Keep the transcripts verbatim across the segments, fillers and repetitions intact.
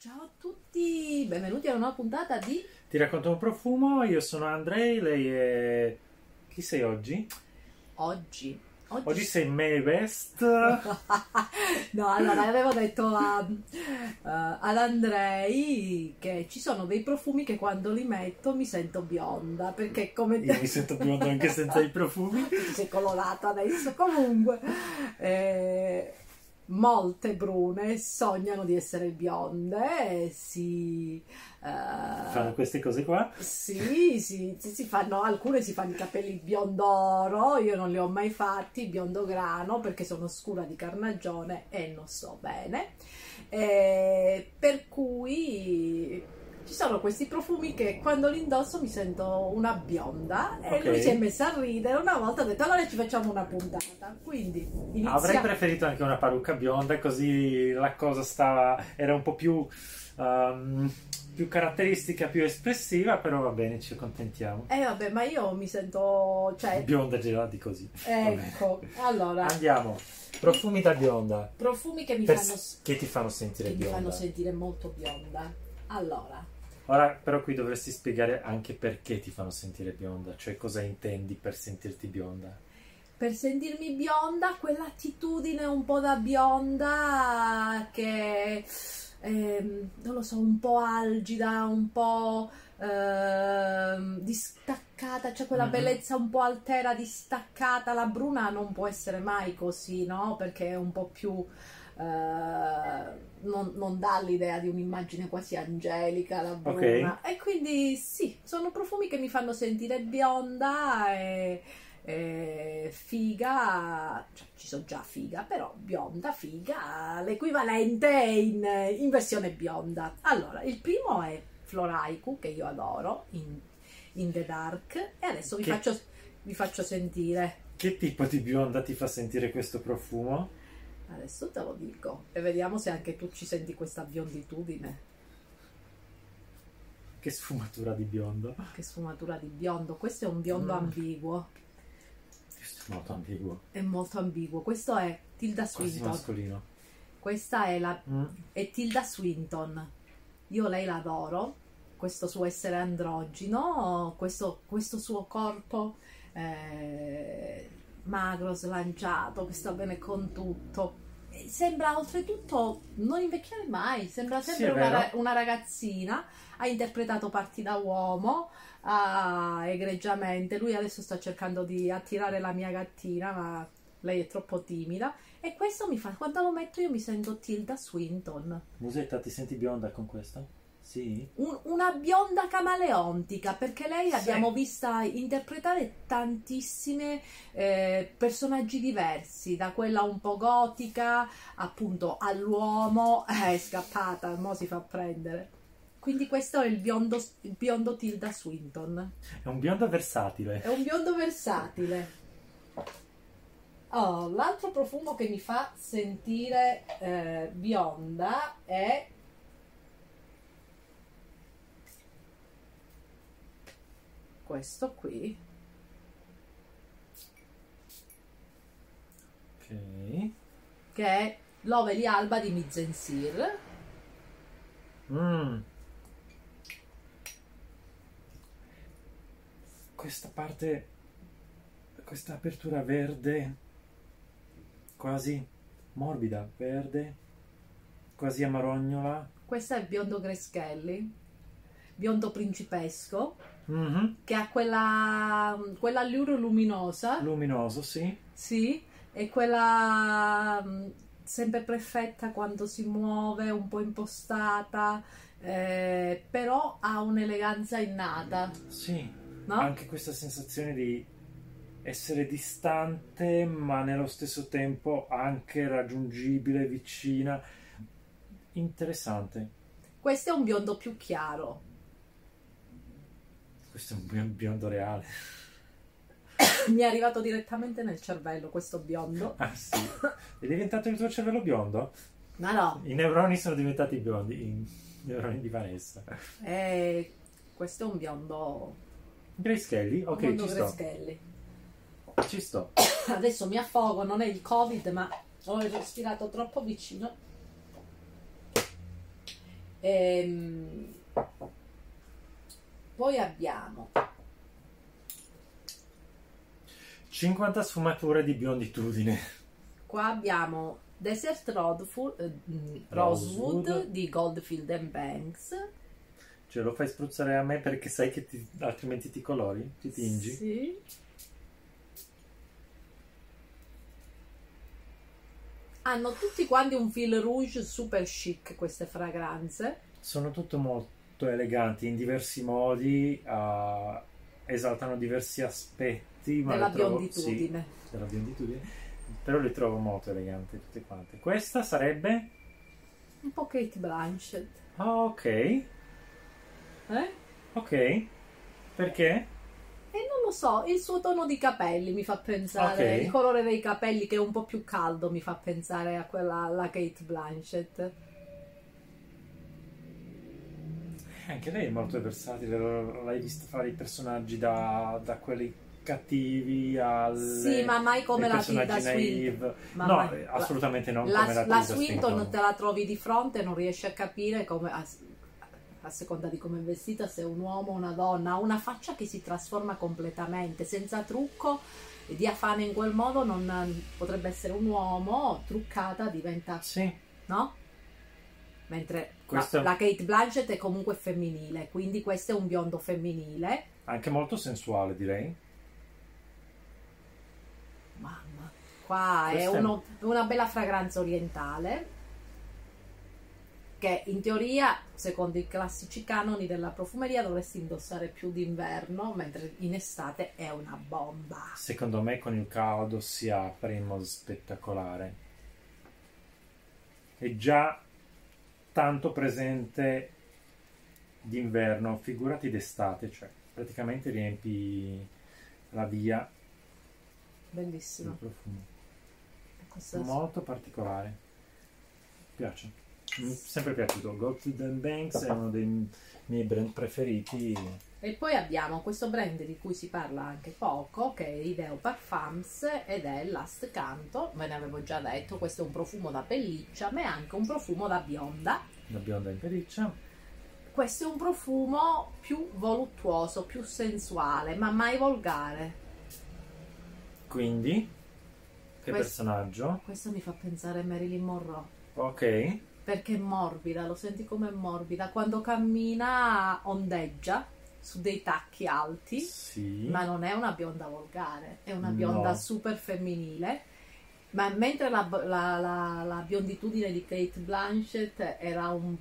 Ciao a tutti, benvenuti a una nuova puntata di Ti racconto un profumo, io sono Andrei, lei è... Chi sei oggi? Oggi. Oggi, Oggi sei Mae West. No, allora avevo detto a, uh, ad Andrei che ci sono dei profumi che quando li metto mi sento bionda, perché come Io mi sento bionda anche senza i profumi. Ti sei colorata adesso. Comunque eh, molte brune sognano di essere bionde e si eh, Fanno queste cose qua. sì, sì, sì, si fanno, alcune si fanno i capelli biondo oro, io non li ho mai fatti, biondo grano perché sono scura di carnagione e non so bene. Eh, per cui ci sono questi profumi che quando li indosso mi sento una bionda e Ok. lui si è messo a ridere. Una volta ha detto allora ci facciamo una puntata, quindi inizia. Avrei preferito anche una parrucca bionda, così la cosa stava... era un po' più... um, più caratteristica, più espressiva, però va bene, ci accontentiamo. Eh vabbè, ma io mi sento, cioè, Bionda gelati così. ecco, allora, Andiamo. Profumi da bionda. profumi che mi Per- fanno, Che ti fanno sentire che mi bionda. fanno sentire molto bionda. Allora, Ora, però qui dovresti spiegare anche perché ti fanno sentire bionda, cioè cosa intendi per sentirti bionda. per sentirmi bionda, quell'attitudine un po' da bionda che, ehm, non lo so, un po' algida, un po' ehm, distaccata, cioè quella Mhm. bellezza un po' altera, distaccata. La bruna non può essere mai così, no? Perché è un po' più... eh, non, non dà l'idea di un'immagine quasi angelica la bruna. E quindi sì, sono profumi che mi fanno sentire bionda e... Eh, figa, cioè ci sono già figa, però bionda, figa, l'equivalente in, in versione bionda. Allora, il primo è Floraiku, che io adoro, in, in The Dark, e adesso vi Che- faccio, vi faccio sentire. Che tipo di bionda ti fa sentire questo profumo? Adesso te lo dico e vediamo se anche tu ci senti questa bionditudine. Che sfumatura di biondo? Che sfumatura di biondo. Questo è un biondo Mm. ambiguo, Questo è molto ambiguo, è molto ambiguo. Questo è Tilda quasi Swinton. mascolino. Questa è la Mm. è Tilda Swinton. Io lei la adoro, questo suo essere androgino, questo, questo suo corpo eh, magro, slanciato, che sta bene con tutto. E sembra oltretutto non invecchiare mai, sembra Sì, sempre è una, vero. ra- una ragazzina. Ha interpretato parti da uomo ah, egregiamente. Lui adesso sta cercando di attirare la mia gattina, ma lei è troppo timida. E questo mi fa, quando lo metto io mi sento Tilda Swinton, Musetta, ti senti bionda con questo? Sì? Un- una bionda camaleontica, perché lei Sì. l'abbiamo vista interpretare tantissime eh, personaggi diversi, da quella un po' gotica appunto all'uomo, eh, è scappata, mo si fa prendere. Quindi questo è il biondo, il biondo Tilda Swinton, È un biondo versatile. è un biondo versatile. Oh, l'altro profumo che mi fa sentire eh, bionda è questo qui, Ok. che è L'Oveli Alba di Mizensir. Mm. Questa parte, questa apertura verde, quasi morbida, verde, quasi amarognola. Questo è il biondo Greschelli, biondo principesco, Mhm. che ha quella, quell'allure luminosa, Luminoso, sì. sì, e quella mm, sempre perfetta quando si muove, un po' impostata, eh, però ha un'eleganza innata, Sì. no? Anche questa sensazione di essere distante, ma nello stesso tempo anche raggiungibile, vicina. Interessante. Questo è un biondo più chiaro. Questo è un bi- biondo reale. Mi è arrivato direttamente nel cervello questo biondo. Ah sì. È diventato il tuo cervello biondo? Ma no, I neuroni sono diventati biondi. I neuroni di Vanessa. eh, questo è un biondo, Grace Kelly? Ok, un biondo ci sto. Greschelli. Ci sto. Adesso mi affogo, non è il Covid, ma ho respirato troppo vicino. Ehm, poi abbiamo cinquanta sfumature di bionditudine. qua abbiamo Desert Roadful- eh, mm, Rosewood. Rosewood di Goldfield and Banks. Cioè lo fai spruzzare a me perché sai che ti- altrimenti ti colori, ti tingi. Sì. Hanno tutti quanti un fil rouge super chic queste fragranze. Sono tutte molto eleganti in diversi modi, uh, esaltano diversi aspetti ma Della le trovo- bionditudine. sì, della bionditudine, però le trovo molto eleganti tutte quante. Questa sarebbe... Un po' Kate Blanchett. Ah, ok, Eh? ok, perché? E non lo so, il suo tono di capelli mi fa pensare, Ok. il colore dei capelli che è un po' più caldo mi fa pensare a quella, alla Kate Blanchett. Anche lei è molto versatile, l- l'hai vista fare i personaggi da, da quelli cattivi alle, Sì, ma mai come ai la personaggi Tilda Swinton. naive. Ma No, mai- eh, assolutamente non La, come la la Tilda Swinton Swinton. te la trovi di fronte e non riesci a capire come, a, a seconda di come è vestita, se è un uomo o una donna. Ha una faccia che si trasforma completamente, senza trucco, diafana in quel modo, non potrebbe essere un uomo, truccata diventa, Sì, no? Mentre Questo- la, la Kate Blanchett è comunque femminile, quindi questo è un biondo femminile. anche molto sensuale direi. Mamma, qua è Questa è- uno- una bella fragranza orientale che in teoria, secondo i classici canoni della profumeria, dovresti indossare più d'inverno, mentre in estate è una bomba. Secondo me con il caldo si apre in modo spettacolare. È già tanto presente d'inverno, figurati d'estate, cioè praticamente riempi la via del Bellissimo. profumo. Questo- Molto particolare. Mi piace. Mi è sempre piaciuto. Goldfield and Banks è uno dei miei brand preferiti. E poi abbiamo questo brand di cui si parla anche poco, che è Ideo Parfums, ed è Last Canto. Ve ne avevo già detto, questo è un profumo da pelliccia, ma è anche un profumo da bionda. La bionda in pelliccia. Questo è un profumo più voluttuoso, più sensuale, ma mai volgare. Quindi, che Questo- personaggio? Questo mi fa pensare a Marilyn Monroe, Ok. perché è morbida, lo senti come è morbida. Quando cammina ondeggia su dei tacchi alti, Sì. ma non è una bionda volgare, è una No. bionda super femminile. Ma mentre la, la- la- la bionditudine di Kate Blanchett era un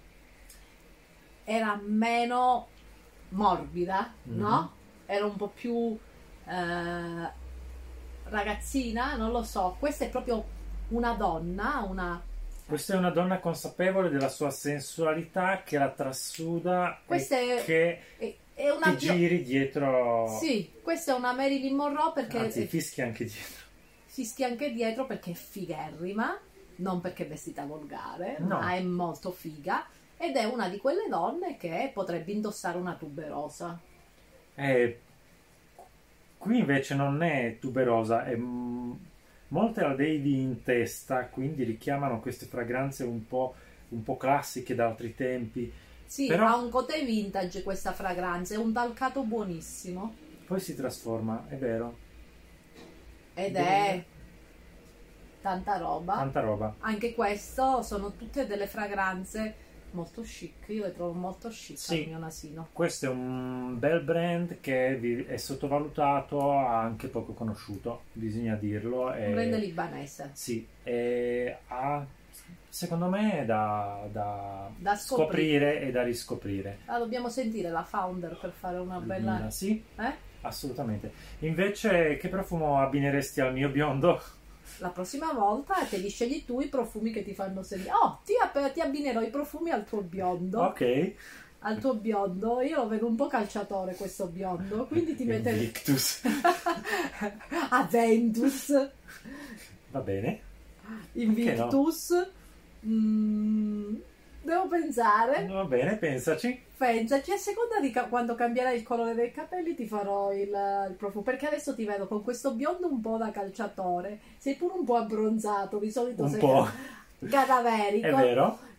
era meno morbida, Mhm. no? Era un po' più eh, ragazzina, non lo so. Questa è proprio una donna, una Questa è una donna consapevole della sua sensualità che la trasuda Questa e è- che è, è una ti bio- giri dietro. Sì, questa è una Marilyn Monroe perché Anzi, fischi anche dietro. fischia anche dietro perché è figherrima, non perché è vestita volgare, No. ma è molto figa ed è una di quelle donne che potrebbe indossare una tuberosa. Eh, qui invece non è tuberosa, è, mm, molte la devi in testa, quindi richiamano queste fragranze un po', un po' classiche da altri tempi. Sì, Però- ha un côté vintage questa fragranza, è un talcato buonissimo Poi si trasforma, è vero, ed è tanta roba. tanta roba. Anche questo sono tutte delle fragranze molto chic, io le trovo molto chic Sì. al mio nasino. Questo è un bel brand che vi- è sottovalutato, anche poco conosciuto, bisogna dirlo. Un e- brand libanese. Sì, e ha, secondo me è da, da Da scoprire. scoprire e da riscoprire. Ah, dobbiamo sentire la founder per fare una bella... Mm, sì, Eh? assolutamente. Invece, che profumo abbineresti al mio biondo? La prossima volta te li scegli tu i profumi che ti fanno sentire. Oh, ti, app- ti abbinerò i profumi al tuo biondo. Ok. Al tuo biondo. Io lo vedo un po' calciatore questo biondo, quindi ti metterò Invictus. Aventus, Va bene. Invictus. Mm, devo pensare. Va bene, pensaci. Pensaci, a seconda di ca- quando cambierai il colore dei capelli ti farò il, il profumo, perché adesso ti vedo con questo biondo un po' da calciatore, sei pure un po' abbronzato, di solito Un sei po'. cadaverico. È vero.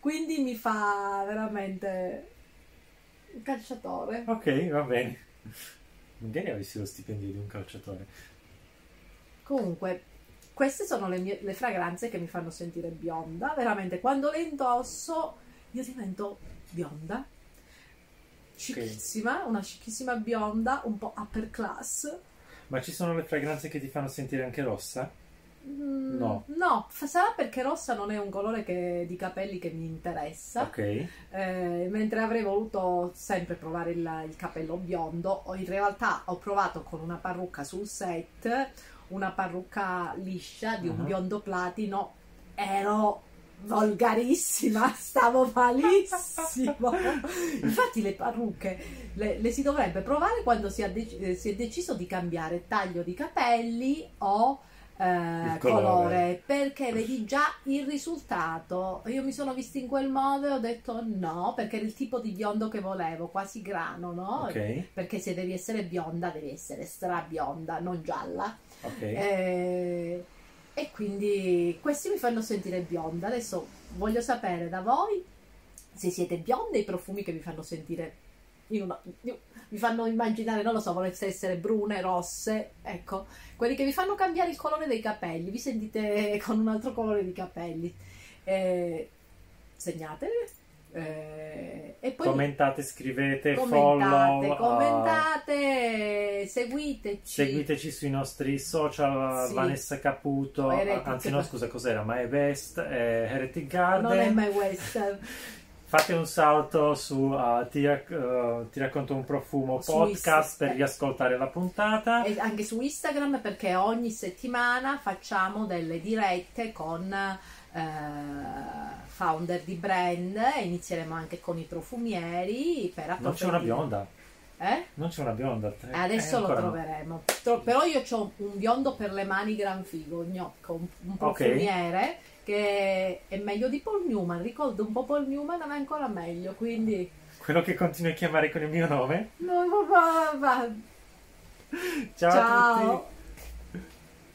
quindi mi fa veramente un calciatore. Ok, va bene. Magari avessi lo stipendio di un calciatore. Comunque, queste sono le, mie, le fragranze che mi fanno sentire bionda. Veramente, quando le indosso, io divento bionda. Chicchissima, okay. Una chicchissima bionda, un po' upper class. Ma ci sono le fragranze che ti fanno sentire anche rossa? Mm, no. No, sarà perché rossa non è un colore che, di capelli che mi interessa. Ok. Eh, mentre avrei voluto sempre provare il, il capello biondo, o in realtà ho provato con una parrucca sul set, una parrucca liscia di un uh-huh. biondo platino, ero volgarissima, stavo malissimo. Infatti le parrucche le, le si dovrebbe provare quando si, dec- si è deciso di cambiare taglio di capelli o eh, colore. colore, perché vedi già il risultato. Io mi sono vista in quel modo e ho detto no, perché era il tipo di biondo che volevo, quasi grano, no? Okay. Perché se devi essere bionda devi essere strabionda, non gialla. Okay. Eh, e quindi questi mi fanno sentire bionda. Adesso voglio sapere da voi se siete bionde, i profumi che vi fanno sentire in una, vi fanno immaginare, non lo so, volete essere brune, rosse, ecco, quelli che vi fanno cambiare il colore dei capelli, vi sentite con un altro colore di capelli, eh, segnatele. Eh, e poi commentate, scrivete, commentate, follow, commentate, uh, seguiteci seguiteci sui nostri social, sì. Vanessa Caputo, Heretic, anzi no scusa cos'era, My Best, eh, Heretic Garden, non è My West. Fate un salto su uh, ti, uh, ti racconto un profumo su podcast Insta- per riascoltare la puntata, e anche su Instagram, perché ogni settimana facciamo delle dirette con Uh, founder di brand, e inizieremo anche con i profumieri per approfondire. Non c'è una bionda, eh? Non c'è una bionda, eh, adesso lo troveremo no. Però io ho un biondo per le mani gran figo, gnocco, un, un profumiere, okay, che è meglio di Paul Newman, ricordo un po' Paul Newman, ma è ancora meglio, quindi quello che continui a chiamare con il mio nome. No, va, va, va. Ciao, ciao a tutti.